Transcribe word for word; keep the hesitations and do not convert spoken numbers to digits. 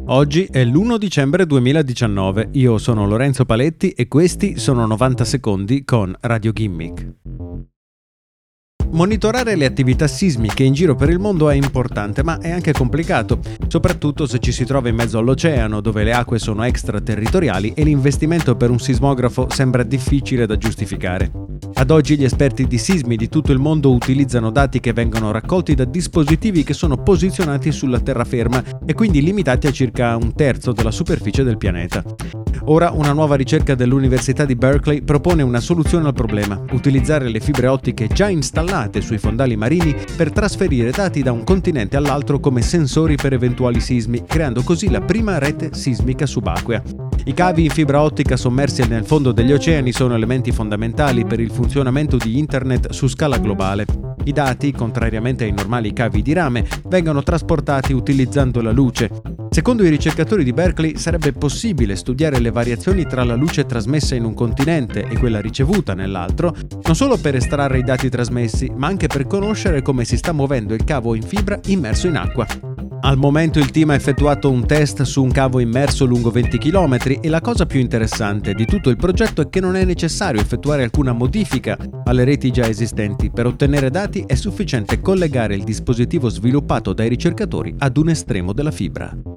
Oggi è l'primo dicembre duemiladiciannove, io sono Lorenzo Paletti e questi sono novanta secondi con Radio Gimmick. Monitorare le attività sismiche in giro per il mondo è importante, ma è anche complicato, soprattutto se ci si trova in mezzo all'oceano, dove le acque sono extraterritoriali e l'investimento per un sismografo sembra difficile da giustificare. Ad oggi gli esperti di sismi di tutto il mondo utilizzano dati che vengono raccolti da dispositivi che sono posizionati sulla terraferma e quindi limitati a circa un terzo della superficie del pianeta. Ora una nuova ricerca dell'Università di Berkeley propone una soluzione al problema: utilizzare le fibre ottiche già installate sui fondali marini per trasferire dati da un continente all'altro come sensori per eventuali sismi, creando così la prima rete sismica subacquea. I cavi in fibra ottica sommersi nel fondo degli oceani sono elementi fondamentali per il funzionamento di Internet su scala globale. I dati, contrariamente ai normali cavi di rame, vengono trasportati utilizzando la luce. Secondo i ricercatori di Berkeley sarebbe possibile studiare le variazioni tra la luce trasmessa in un continente e quella ricevuta nell'altro, non solo per estrarre i dati trasmessi, ma anche per conoscere come si sta muovendo il cavo in fibra immerso in acqua. Al momento il team ha effettuato un test su un cavo immerso lungo venti chilometri e la cosa più interessante di tutto il progetto è che non è necessario effettuare alcuna modifica alle reti già esistenti. Per ottenere dati è sufficiente collegare il dispositivo sviluppato dai ricercatori ad un estremo della fibra.